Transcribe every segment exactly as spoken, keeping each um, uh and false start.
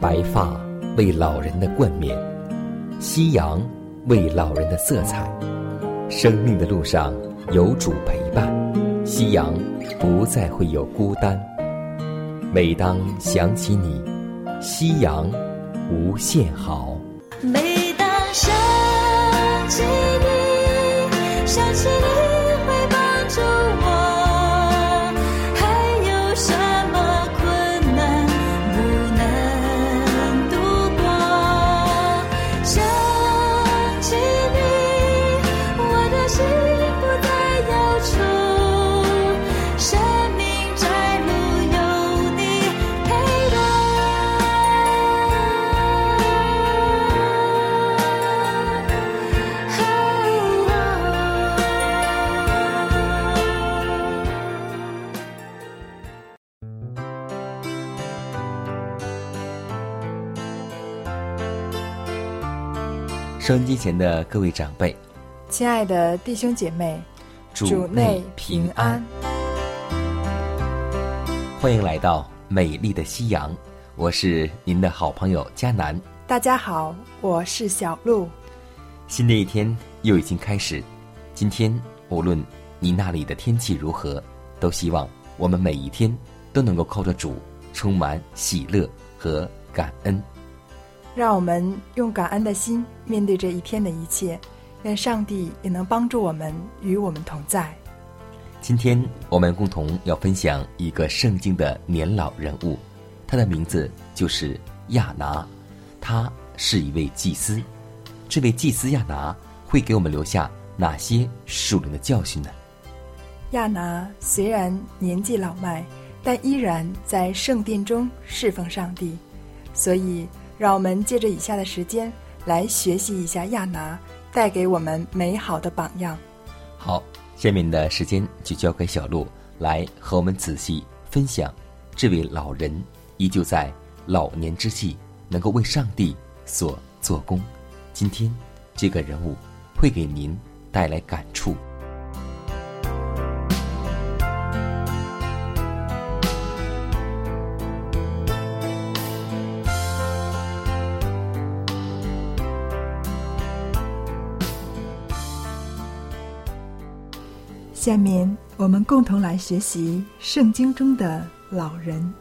白发为老人的冠冕，夕阳为老人的色彩。生命的路上有主陪伴，夕阳不再会有孤单。每当想起你，夕阳无限好。 每当想起你，想起你会帮助我，还有什么困难不能度过？想起你，我的心不再忧愁，生命窄路有你陪伴。 收音机前的各位长辈， 亲爱的弟兄姐妹， 主内平安。欢迎来到美丽的夕阳，我是您的好朋友嘉南。 大家好，我是小鹿。 新的一天又已经开始，今天无论你那里的天气如何，都希望我们每一天都能够靠着主充满喜乐和感恩。 让我们用感恩的心面对这一天的一切，愿上帝也能帮助我们，与我们同在。 今天我们共同要分享一个圣经的年老人物，他的名字就是亚拿，他是一位祭司。这位祭司亚拿会给我们留下哪些属灵的教训呢？ 亚拿虽然年纪老迈，但依然在圣殿中侍奉上帝，所以让我们借着以下的时间来学习一下亚拿带给我们美好的榜样。 好，下面的时间就交给小鹿来和我们仔细分享这位老人依旧在老年之际能够为上帝所做工。今天这个人物会给您带来感触。 下面我们共同来学习圣经中的老人。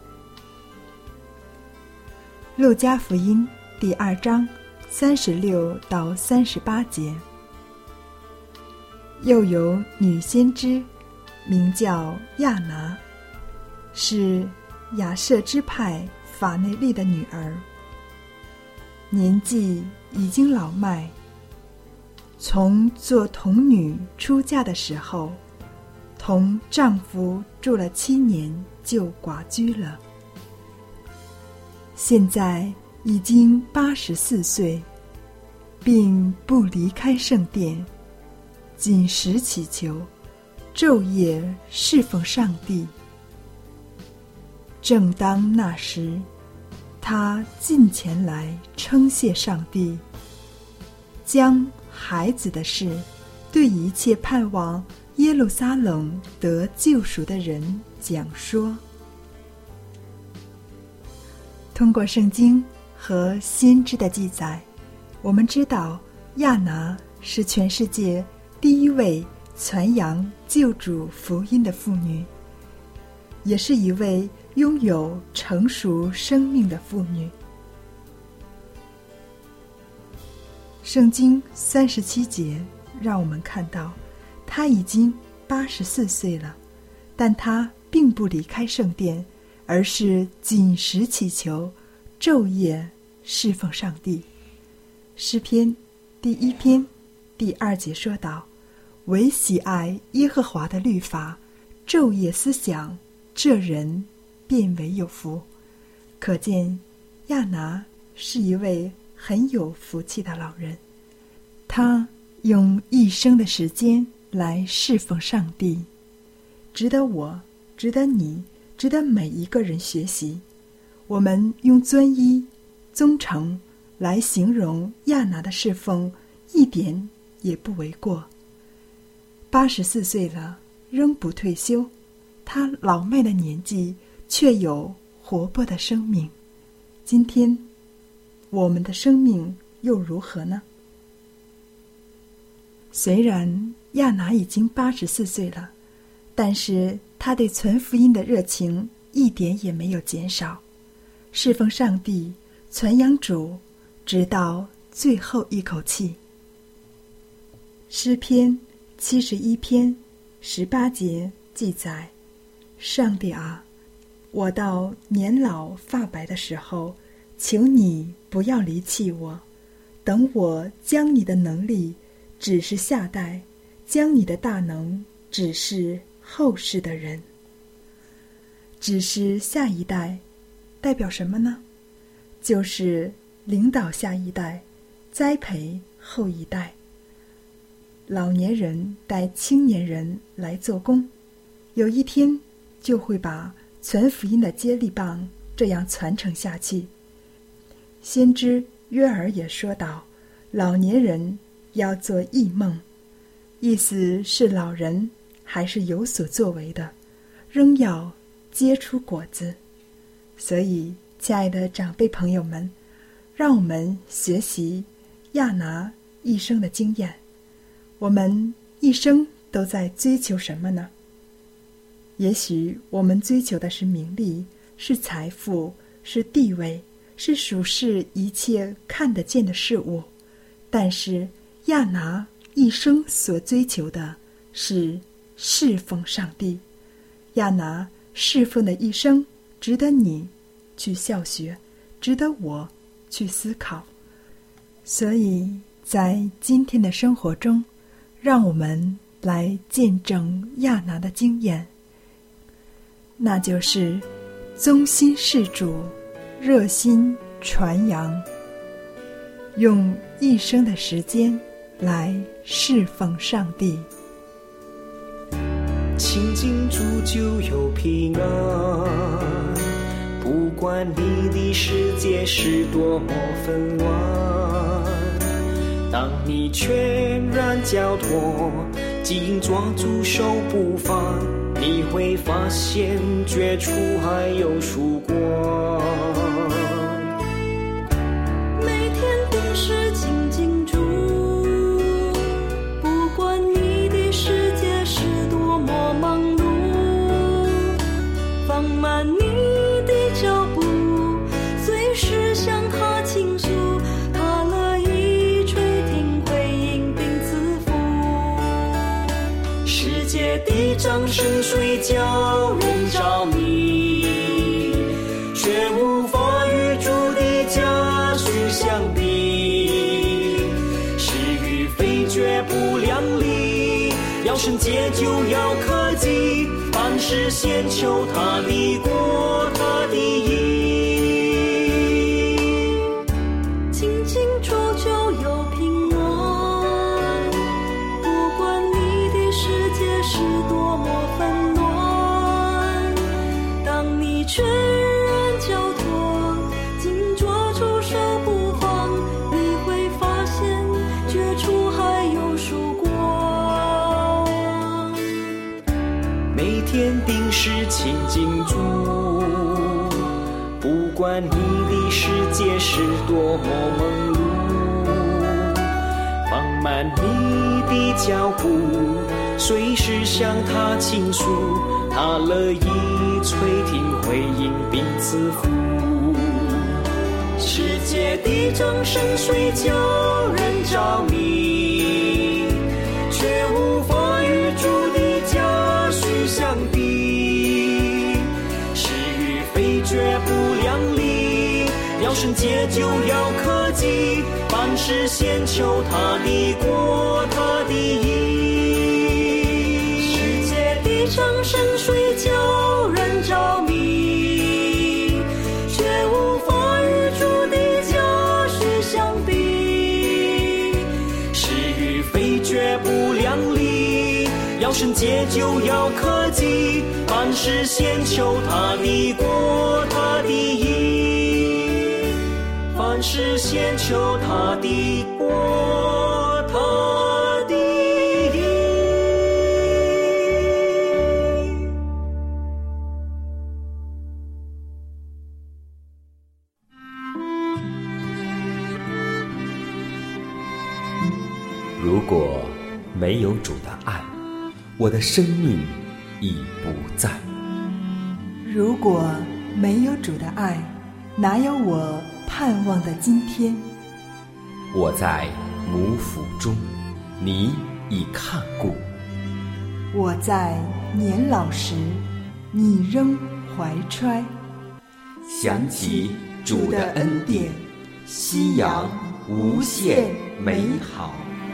路加福音第二章三十六到三十八节。又有女先知，名叫亚拿，是亚舍支派法内利的女儿，年纪已经老迈，从做童女出嫁的时候，同丈夫住了七年就寡居了。现在已经八十四岁，并不离开圣殿，谨时祈求，昼夜侍奉上帝。正当那时，他近前来称谢上帝，将孩子的事对一切盼望耶路撒冷得救赎的人讲说。通过圣经和先知的记载，我们知道亚拿是全世界第一位传扬救主福音的妇女，也是一位拥有成熟生命的妇女。圣经三十七节让我们看到，她已经八十四岁了，但她并不离开圣殿，而是谨时祈求，昼夜侍奉上帝。诗篇第一篇第二节说道：唯喜爱耶和华的律法，昼夜思想，这人便为有福。可见亚拿是一位很有福气的老人，他用一生的时间来侍奉上帝，值得我，值得你，值得每一个人学习。我们用专一、忠诚来形容亚拿的侍奉，一点也不为过。八十四岁了，仍不退休，他老迈的年纪却有活泼的生命。今天我们的生命又如何呢？虽然亚拿已经八十四岁了，但是他对传福音的热情一点也没有减少，侍奉上帝，传扬主，直到最后一口气。诗篇七十一篇十八节记载：上帝啊，我到年老发白的时候，求你不要离弃我，等我将你的能力指示下代，将你的大能指示后世的人。指示下一代代表什么呢？就是领导下一代，栽培后一代。老年人带青年人来做工，有一天就会把传福音的接力棒这样传承下去。先知约珥也说道，老年人要做异梦，意思是老人还是有所作为的，仍要结出果子。所以亲爱的长辈朋友们，让我们学习亚拿一生的经验。我们一生都在追求什么呢？也许我们追求的是名利，是财富，是地位，是属世一切看得见的事物。但是亚拿一生所追求的是侍奉上帝。亚拿侍奉的一生值得你去效学，值得我去思考。所以在今天的生活中，让我们来见证亚拿的经验，那就是忠心事主，热心传扬，用一生的时间来侍奉上帝。 亲近主就有平安，不管你的世界是多么纷乱，当你全然交托，紧抓住手不放，你会发现绝处还有曙光。 每天定时亲近主，不管你的世界是多么忙碌，放慢你的脚步，随时向他倾诉，他乐意垂听回应并赐福。 世界的掌声虽叫人着迷，却无法与主的家训相比。是与非绝不两立，要圣洁就要克己，凡事先求他的国，他的义。 亲近主就有平安，不管你的世界是多么纷乱，当你全然交托，紧抓住手不放，你会发现绝处还有曙光。 每天定时亲近主，不管你的世界是多么忙碌，放慢你的脚步，随时向他倾诉，他乐意垂听回应并赐福。世界的掌声虽叫人着迷，却无法与主的家训相比。是与非绝不两立，要圣洁就要克己，凡事先求他的国，他的义。 世界的掌声虽叫人着迷，却无法与主的家训相比。 是与非绝不两立，要圣洁就要克己，凡事先求他的国，他的义。凡事先求他的国，他的义。 如果没有主的爱，我的生命已不在。 如果没有主的爱，哪有我盼望的今天？ 我在母腹中，你已看顾； 我在年老时，你仍怀揣。 想起主的恩典，夕阳无限美好。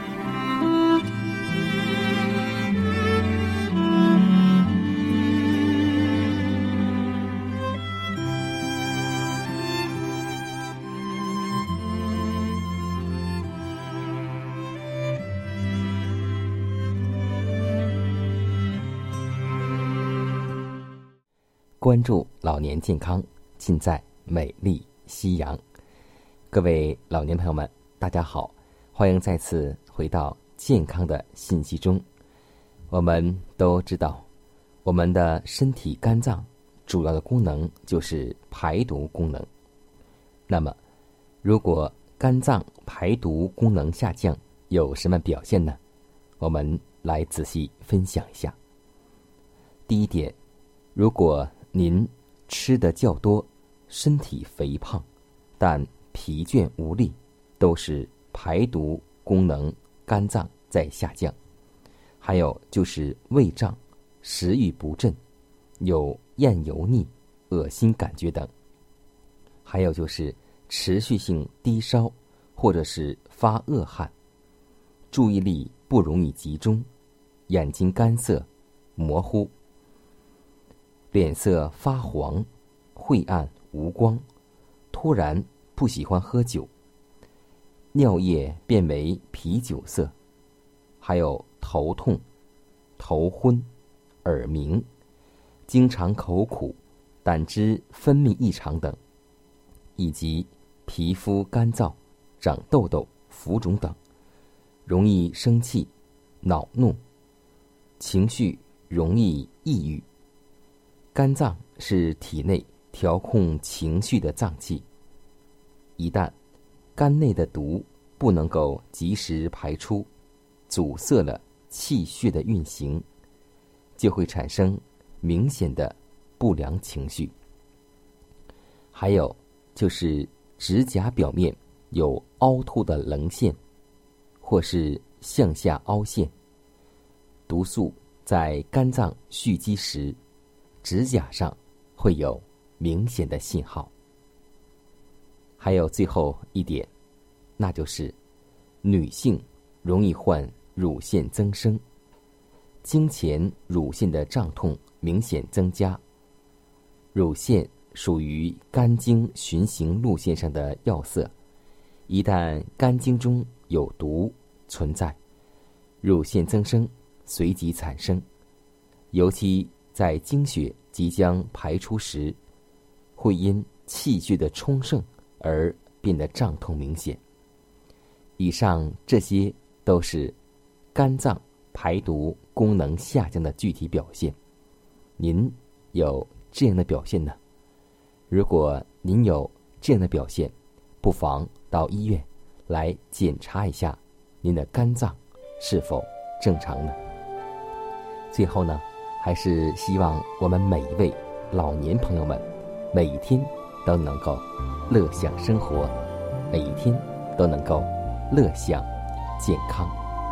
关注老年健康，尽在美丽夕阳。各位老年朋友们，大家好，欢迎再次回到健康的信息中。我们都知道，我们的身体肝脏主要的功能就是排毒功能。那么，如果肝脏排毒功能下降，有什么表现呢？我们来仔细分享一下。第一点，如果您吃得较多，身体肥胖，但疲倦无力，都是排毒功能肝脏在下降。还有就是胃胀、食欲不振、有厌油腻、恶心感觉等。还有就是持续性低烧，或者是发恶汗，注意力不容易集中，眼睛干涩、模糊，脸色发黄、晦暗无光，突然不喜欢喝酒，尿液变为啤酒色，还有头痛、头昏、耳鸣，经常口苦、胆汁分泌异常等，以及皮肤干燥、长痘痘、浮肿等，容易生气、恼怒，情绪容易抑郁。肝脏是体内调控情绪的脏器，一旦肝内的毒不能够及时排出，阻塞了气血的运行，就会产生明显的不良情绪。还有就是指甲表面有凹凸的棱线，或是向下凹陷，毒素在肝脏蓄积时，指甲上会有明显的信号。还有最后一点，那就是女性容易患乳腺增生，经前乳腺的胀痛明显增加。乳腺属于肝经循行路线上的要塞，一旦肝经中有毒存在，乳腺增生随即产生，尤其在经血即将排出时，会因气血的充盛而变得胀痛明显。以上这些都是肝脏排毒功能下降的具体表现。您有这样的表现呢？如果您有这样的表现，不妨到医院来检查一下您的肝脏是否正常呢？最后呢，还是希望我们每一位老年朋友们每一天都能够乐享生活，每一天都能够乐享健康。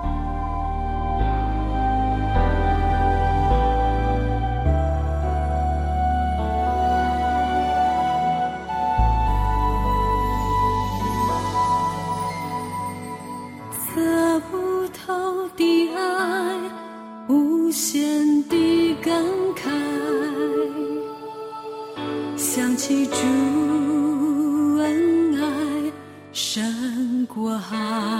测不透的爱，无限的感慨，想起主恩爱胜过海，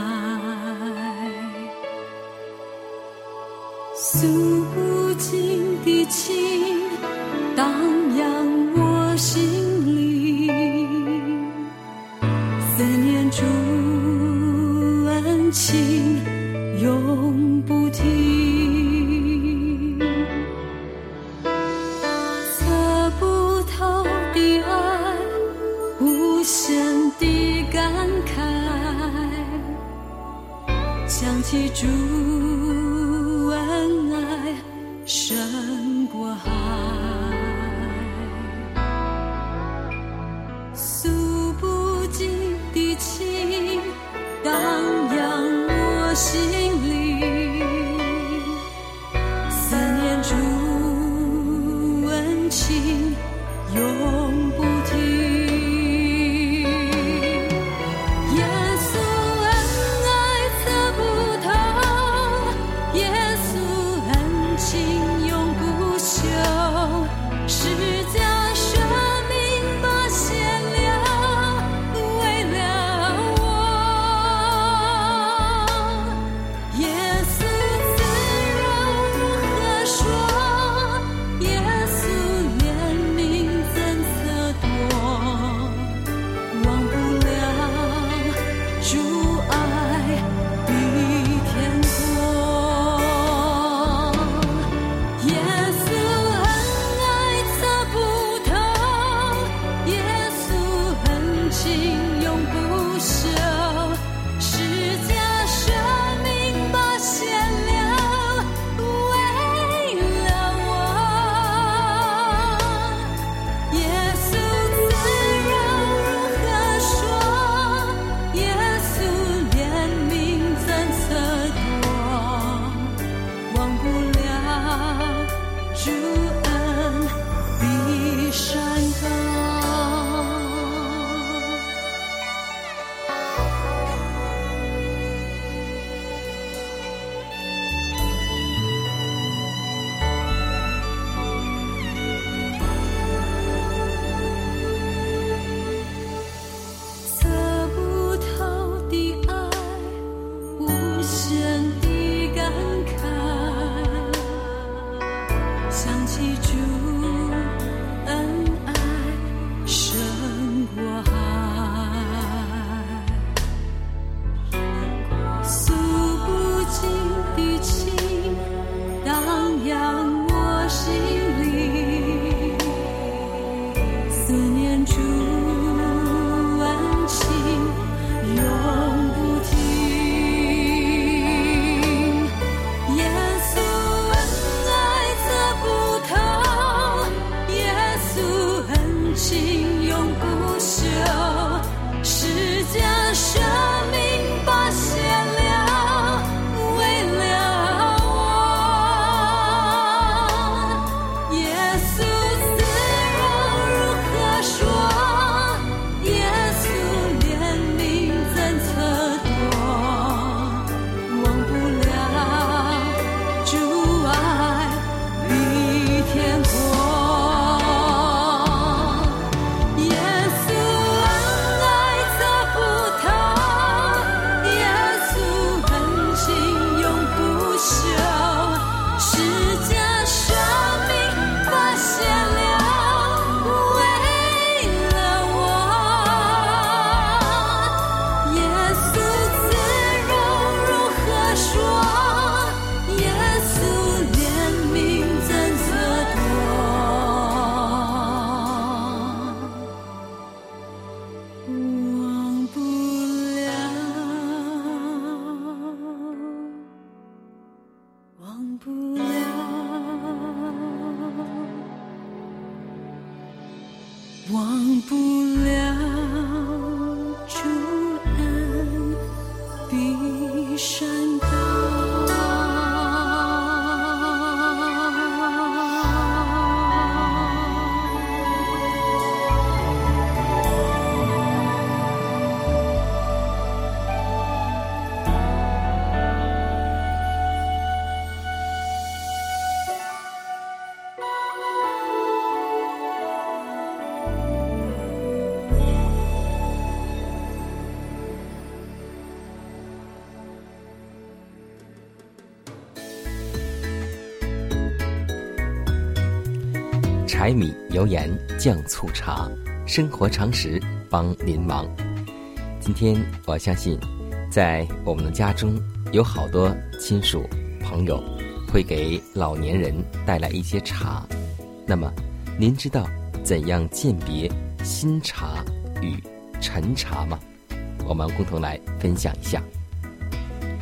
诉不尽的情荡漾我心里，思念主恩情永不停，测不透的爱，无限的感慨， 想起主恩爱胜过海，诉不尽的情荡漾我心里，思念主恩情永不停。忘不了主恩比山高。 柴米油盐酱醋茶，生活常识帮您忙。今天我相信在我们的家中有好多亲属朋友会给老年人带来一些茶，那么您知道怎样鉴别新茶与陈茶吗？我们共同来分享一下。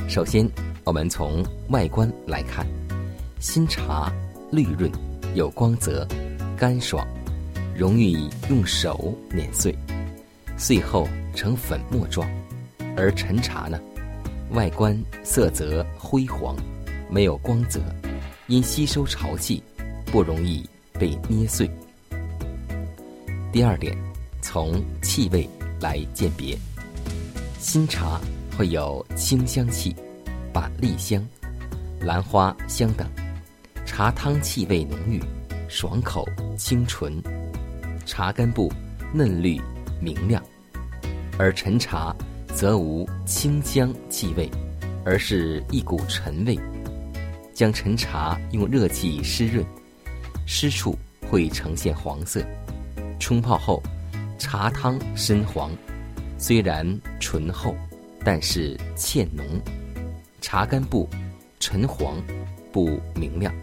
首先，我们从外观来看，新茶绿润，有光泽，干爽，容易用手碾碎，碎后成粉末状。而陈茶呢，外观色泽灰黄，没有光泽，因吸收潮气，不容易被捏碎。第二点，从气味来鉴别，新茶会有清香气、板栗香、兰花香等，茶汤气味浓郁，爽口清纯，茶干部嫩绿明亮。而陈茶则无清香气味，而是一股陈味。将陈茶用热气湿润，湿处会呈现黄色，冲泡后茶汤深黄，虽然醇厚，但是欠浓，茶干部沉黄不明亮。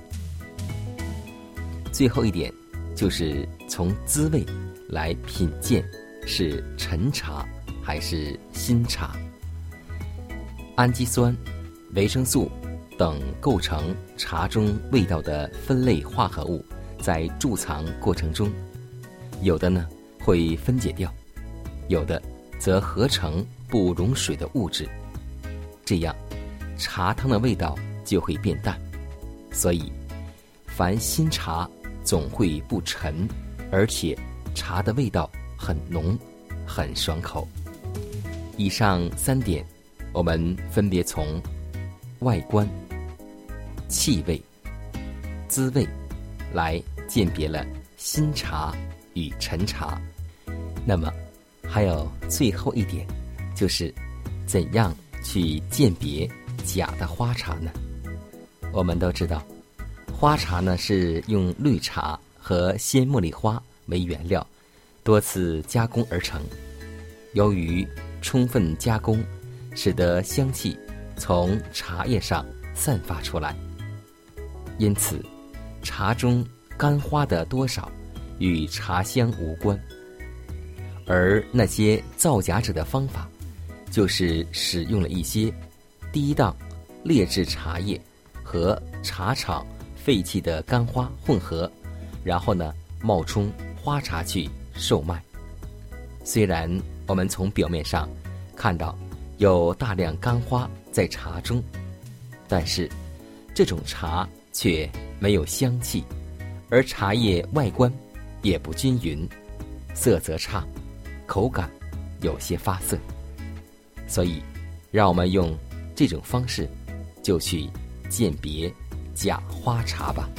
最后一点就是从滋味来品鉴是陈茶还是新茶。氨基酸、维生素等构成茶中味道的分类化合物，在贮藏过程中，有的呢会分解掉，有的则合成不溶水的物质，这样茶汤的味道就会变淡。所以凡新茶总会不陈，而且茶的味道很浓，很爽口。以上三点，我们分别从外观、气味、滋味来鉴别了新茶与陈茶。那么还有最后一点，就是怎样去鉴别假的花茶呢？我们都知道，花茶呢是用绿茶和鲜茉莉花为原料，多次加工而成。由于充分加工，使得香气从茶叶上散发出来，因此茶中干花的多少与茶香无关。而那些造假者的方法，就是使用了一些低档劣质茶叶和茶厂废弃的干花混合，然后呢冒充花茶去售卖。虽然我们从表面上看到有大量干花在茶中，但是这种茶却没有香气，而茶叶外观也不均匀，色泽差，口感有些发涩。所以让我们用这种方式就去鉴别假花茶吧。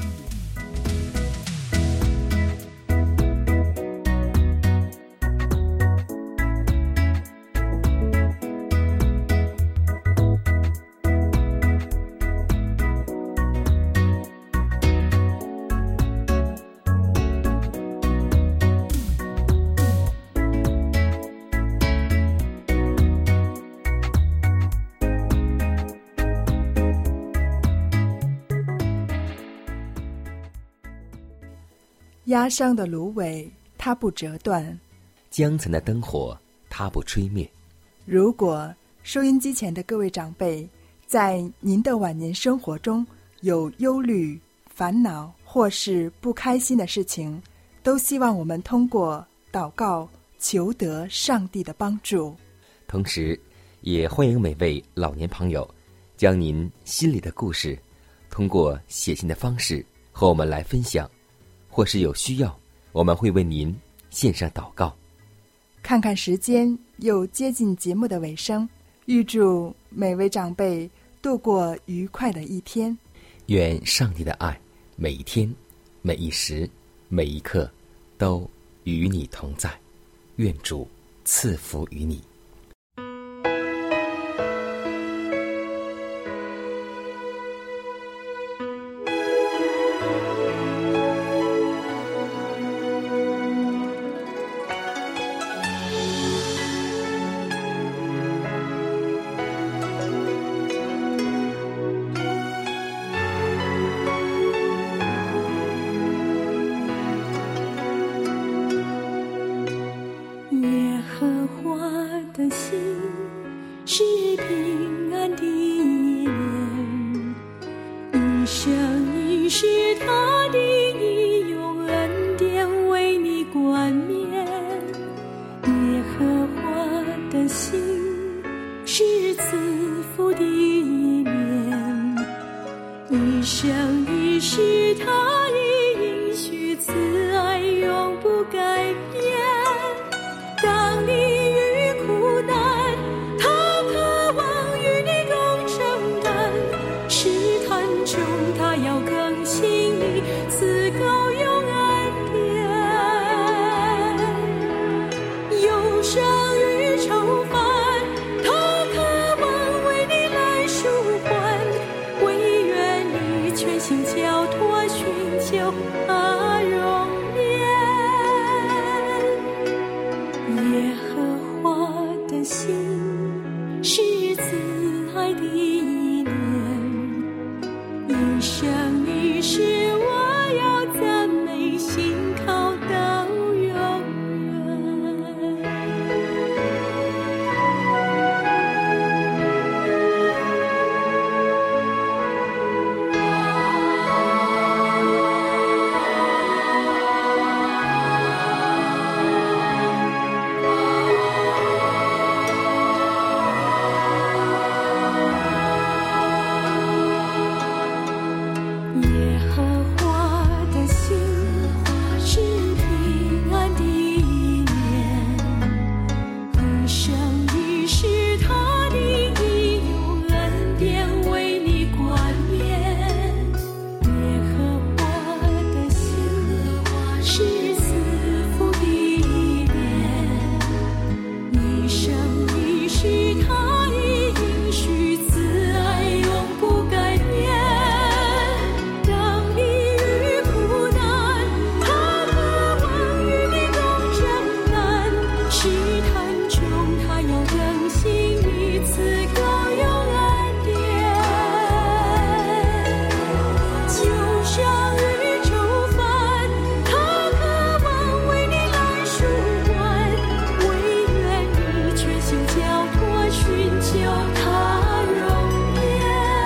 压伤的芦苇它不折断， 江城的灯火它不吹灭。 如果收音机前的各位长辈在您的晚年生活中有忧虑、烦恼或是不开心的事情，都希望我们通过祷告求得上帝的帮助。 同时也欢迎每位老年朋友将您心里的故事通过写信的方式和我们来分享，或是有需要，我们会为您献上祷告。 看看时间，又接近节目的尾声，预祝每位长辈度过愉快的一天。 愿上帝的爱每一天、每一时、每一刻都与你同在。愿主赐福于你。 耶和华边。耶和华的心是慈父的一面，一生一世他已应许慈爱永不改变。当你遇苦难，他渴望与你共承担，试探中他要更新你，赐够用恩典。忧伤与愁烦，他渴望为你来舒缓，唯愿你全心交托，寻求他容颜。耶和华的心是慈爱的一面，一生一世我要赞美信靠到永远。耶和华的心是平安的一面，一生一世他的义有恩典为你冠冕。耶和华的心是慈父的一面，一生一世他已应许慈爱永不改变。当你遇苦难，他渴望与你共承担，试探中他要更新你，赐够用恩典。忧伤与愁烦，他渴望为你来舒缓，唯愿你全心交托，寻求他容颜。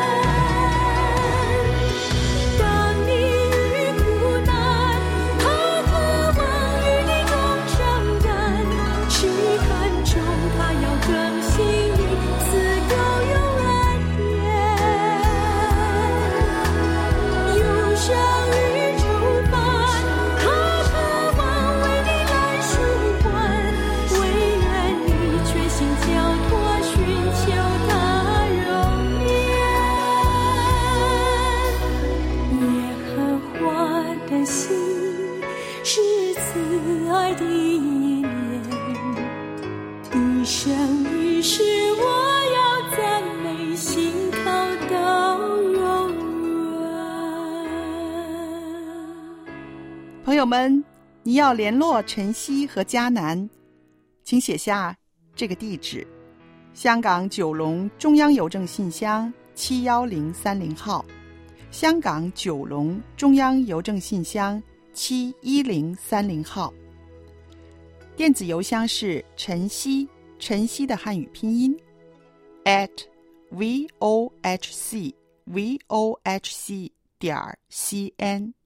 当你遇苦难，他渴望与你共承担，试探中他要更新你，赐够用恩典。忧伤与愁烦，他渴望为你来舒缓，唯愿你全心交托，寻求他容颜。耶和华的心是慈爱的一面，一生一世我要赞美信靠到永远。 朋友们，你要联络晨曦和迦南，请写下这个地址：香港九龙中央邮政信箱七一零三零号，香港九龙中央邮政信箱七一零三零号。电子邮箱是晨曦，晨曦的汉语拼音 at vohc vohc 点 cn。